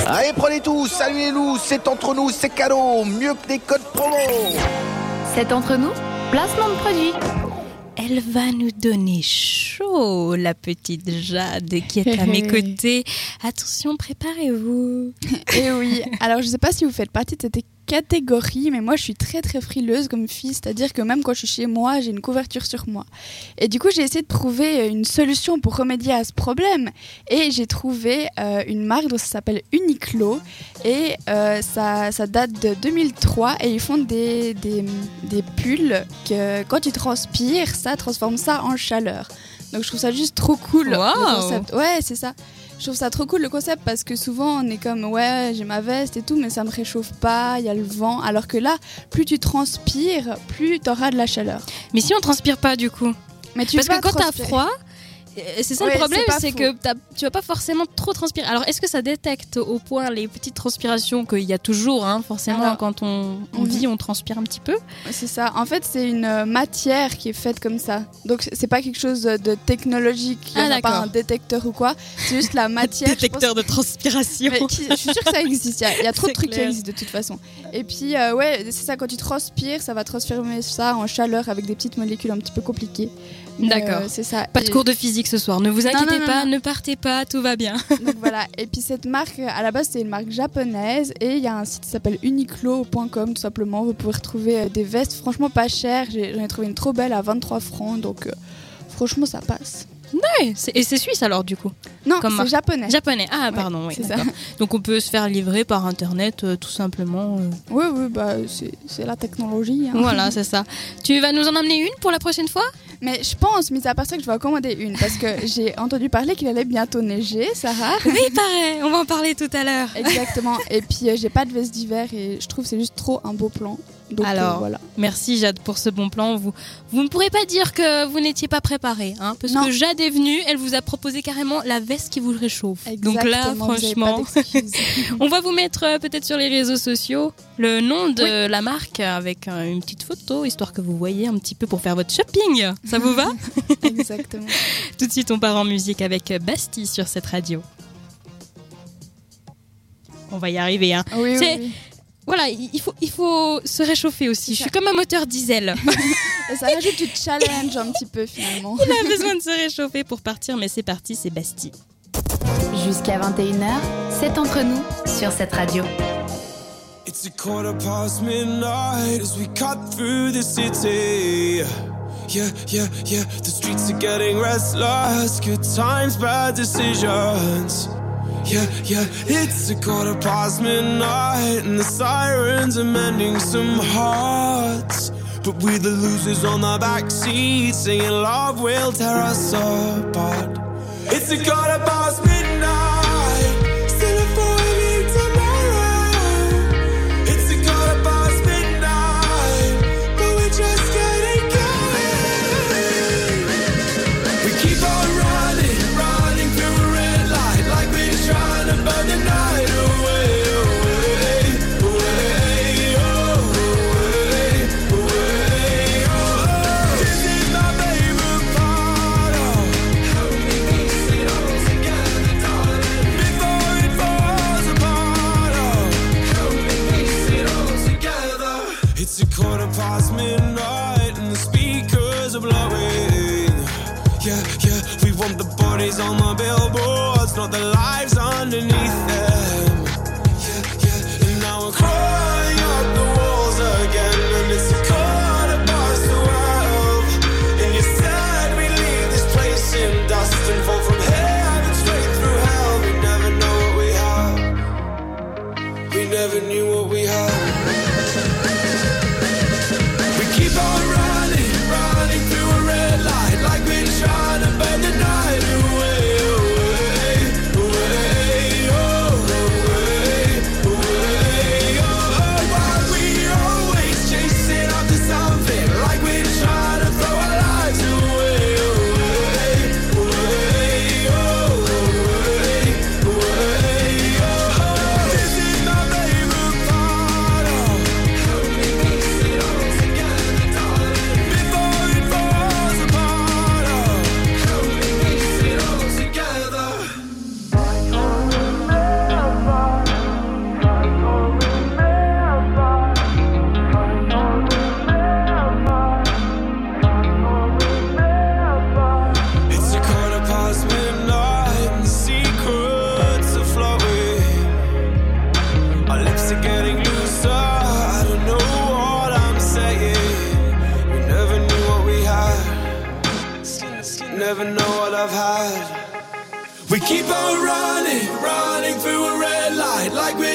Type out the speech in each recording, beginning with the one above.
Allez, prenez tout, salut les loups, c'est entre nous, c'est cadeau, mieux que des codes promo. C'est entre nous, placement de produit. Elle va nous donner chaud, la petite Jade qui est à mes côtés. Attention, préparez-vous. Et oui, alors je sais pas si vous faites partie de cette catégorie, mais moi je suis très très frileuse comme fille, c'est-à-dire que même quand je suis chez moi, j'ai une couverture sur moi. Et du coup, j'ai essayé de trouver une solution pour remédier à ce problème. Et j'ai trouvé une marque, donc ça s'appelle Uniqlo. Et ça date de 2003 et ils font des pulls que quand tu transpires, ça transforme ça en chaleur. Donc je trouve ça juste trop cool. Wow. Le concept. Ouais, c'est ça. Je trouve ça trop cool le concept parce que souvent on est comme ouais j'ai ma veste et tout mais ça me réchauffe pas, il y a le vent, alors que là plus tu transpires plus t'auras de la chaleur. Mais si on transpire pas du coup, Mais parce que quand t'as froid, c'est ça Ouais, le problème, c'est pas que tu vas pas forcément trop transpirer. Alors est-ce que ça détecte au point les petites transpirations qu'il y a toujours forcément. Alors, quand on vit on transpire un petit peu. C'est ça, en fait c'est une matière qui est faite comme ça, donc c'est pas quelque chose de technologique, il y a pas un détecteur ou quoi, c'est juste la matière. Détecteur de transpiration. Mais je suis sûre que ça existe, il y a trop de trucs clair. qui existent de toute façon. Et puis ouais c'est ça, quand tu transpires ça va transformer ça en chaleur avec des petites molécules un petit peu compliquées. D'accord. C'est ça. Pas de cours de physique ce soir, ne vous inquiétez pas, non. ne partez pas, tout va bien. Donc voilà, et puis cette marque, à la base c'est une marque japonaise et il y a un site qui s'appelle uniqlo.com tout simplement, vous pouvez retrouver des vestes franchement pas chères, j'en ai trouvé une trop belle à 23 francs, donc franchement ça passe. Ouais, et c'est suisse alors du coup? Non, comme c'est japonais. Japonais, ah pardon, oui. C'est ça. Donc on peut se faire livrer par internet tout simplement. Oui, bah c'est la technologie. Hein. Voilà, c'est ça. Tu vas nous en emmener une pour la prochaine fois? Mais je pense, mis à part ça, que je vais en commander une parce que j'ai entendu parler qu'il allait bientôt neiger, Sarah. Oui, pareil, on va en parler tout à l'heure. Exactement, et puis j'ai pas de veste d'hiver et je trouve que c'est juste trop un beau plan. Donc, alors, voilà. Merci Jade pour ce bon plan. Vous ne pourrez pas dire que vous n'étiez pas préparée, parce Non. que Jade est venue, elle vous a proposé carrément la veste qui vous réchauffe. Exactement, donc là, vous avez franchement, pas d'excuses. on va vous mettre peut-être sur les réseaux sociaux le nom de la marque avec une petite photo, histoire que vous voyez un petit peu pour faire votre shopping. Ça vous va? Exactement. Tout de suite, on part en musique avec Bastille sur cette radio. On va y arriver, hein. Oui, oui. Voilà, il faut se réchauffer aussi. Je suis comme un moteur diesel. Ça rajoute du challenge un petit peu finalement. Il a besoin de se réchauffer pour partir, mais c'est parti, c'est Bastille. Jusqu'à 21h, c'est entre nous sur cette radio. It's midnight as we cut through the city. Yeah. The streets are getting restless. Good times, bad decisions. Yeah. It's midnight and the sirens are mending some hearts. But we're the losers on the backseat, singing love will tear us apart. It's midnight, still avoiding tomorrow. It's midnight, but we're just getting going. We keep on running through a red light, like we're trying to burn the night away. This is my favorite part. Help me piece it all together, darling. Before it falls apart. Help me piece it all together. It's midnight and the speakers are blowing. Yeah. We want the bodies on the billboards, not the lives underneath them. Yeah. And now we're crawling up the walls again, and it's 12. And you said we leave this place in dust and fall from heaven straight through hell. We never know what we have. We never knew what we had. We keep on running through a red light, like we're trying to burn the night away. While we're always chasing after something, like we're trying to throw our lives away. This is my favorite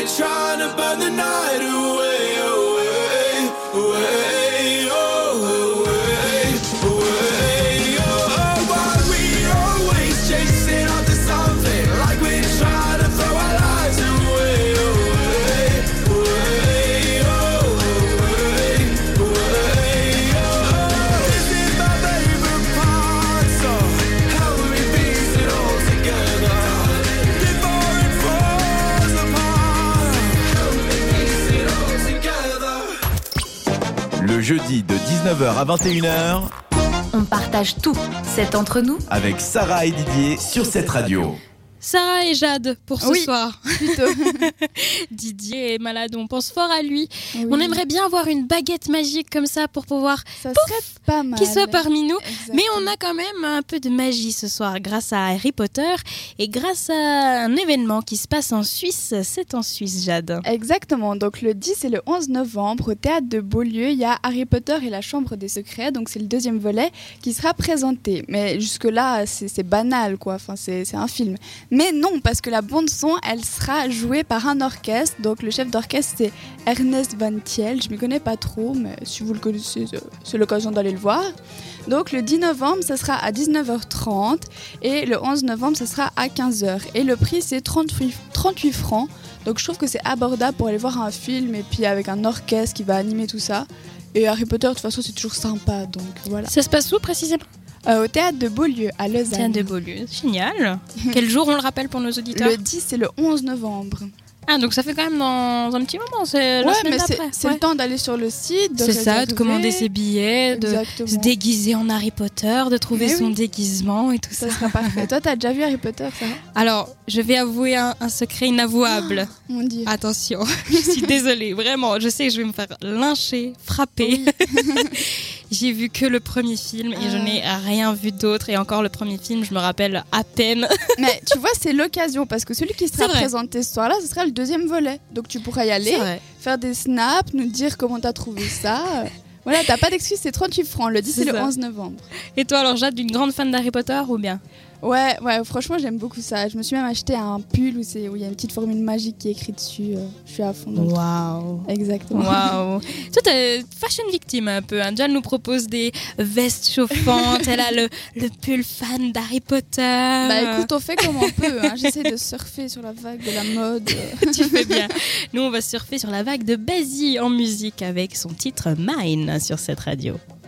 we're trying to burn the night away, away, away, oh, away, away, oh. Why we always chasing after something, like we're trying to throw our lives away, away, away, oh, away, away, oh. This is my favorite part, so how do we piece it all together before it falls apart? How do we piece it all together? Le jeudi de 19h à 21h On partage tout. C'est entre nous. avec Sarah et Didier sur cette radio. Sarah et Jade pour ce Oui. soir. Plutôt. Didier est malade, on pense fort à lui. Oui. On aimerait bien avoir une baguette magique comme ça pour pouvoir Ça serait pas mal. qu'il soit parmi nous. Exactement. Mais on a quand même un peu de magie ce soir grâce à Harry Potter et grâce à un événement qui se passe en Suisse. C'est en Suisse, Jade. Exactement, donc le 10 et le 11 novembre au théâtre de Beaulieu, il y a Harry Potter et la Chambre des Secrets, donc c'est le deuxième volet qui sera présenté. Mais jusque-là, c'est banal, quoi, enfin, c'est un film. Mais non, parce que la bande-son, elle sera jouée par un orchestre, donc le chef d'orchestre c'est Ernest Van Thiel, je ne m'y connais pas trop, mais si vous le connaissez, c'est l'occasion d'aller le voir. Donc le 10 novembre, ça sera à 19h30 et le 11 novembre, ça sera à 15h. Et le prix, c'est 38 francs. Donc je trouve que c'est abordable pour aller voir un film et puis avec un orchestre qui va animer tout ça. Et Harry Potter, de toute façon, c'est toujours sympa, donc voilà. Ça se passe où précisément? Au théâtre de Beaulieu, à Lausanne. Théâtre de Beaulieu. Génial. Quel jour on le rappelle pour nos auditeurs? Le 10 et le 11 novembre. Ah, donc ça fait quand même dans un petit moment, c'est la Ouais, semaine mais d'après. c'est Ouais. le temps d'aller sur le site, de C'est ça, de réserver. commander ses billets, de Exactement. se déguiser en Harry Potter, de trouver Mais son oui. déguisement et tout ça. Ça sera parfait. Toi, t'as déjà vu Harry Potter, ça va? Alors, je vais avouer un secret inavouable. Mon Dieu. Attention, je suis désolée, vraiment, je sais que je vais me faire lyncher, frapper. J'ai vu que le premier film et je n'ai rien vu d'autre. Et encore le premier film, je me rappelle à peine. Mais tu vois, c'est l'occasion parce que celui qui sera C'est vrai. présenté ce soir-là, ce sera le deuxième volet. Donc tu pourras y aller, C'est vrai. faire des snaps, nous dire comment t'as trouvé ça. Voilà, t'as pas d'excuse, c'est 38 francs. Le 10 C'est et le ça. 11 novembre. Et toi alors Jade, une grande fan d'Harry Potter ou bien? Ouais, franchement, j'aime beaucoup ça. Je me suis même acheté un pull où il y a une petite formule magique qui est écrite dessus. Je suis à fond dans le truc. Waouh. Exactement. Waouh. Toi, t'es fashion victime un peu. Hein. Jade nous propose des vestes chauffantes. Elle a le pull fan d'Harry Potter. Bah écoute, on fait comme on peut. Hein. J'essaie de surfer sur la vague de la mode. Tu fais bien. Nous, on va surfer sur la vague de Basie en musique avec son titre Mine sur cette radio.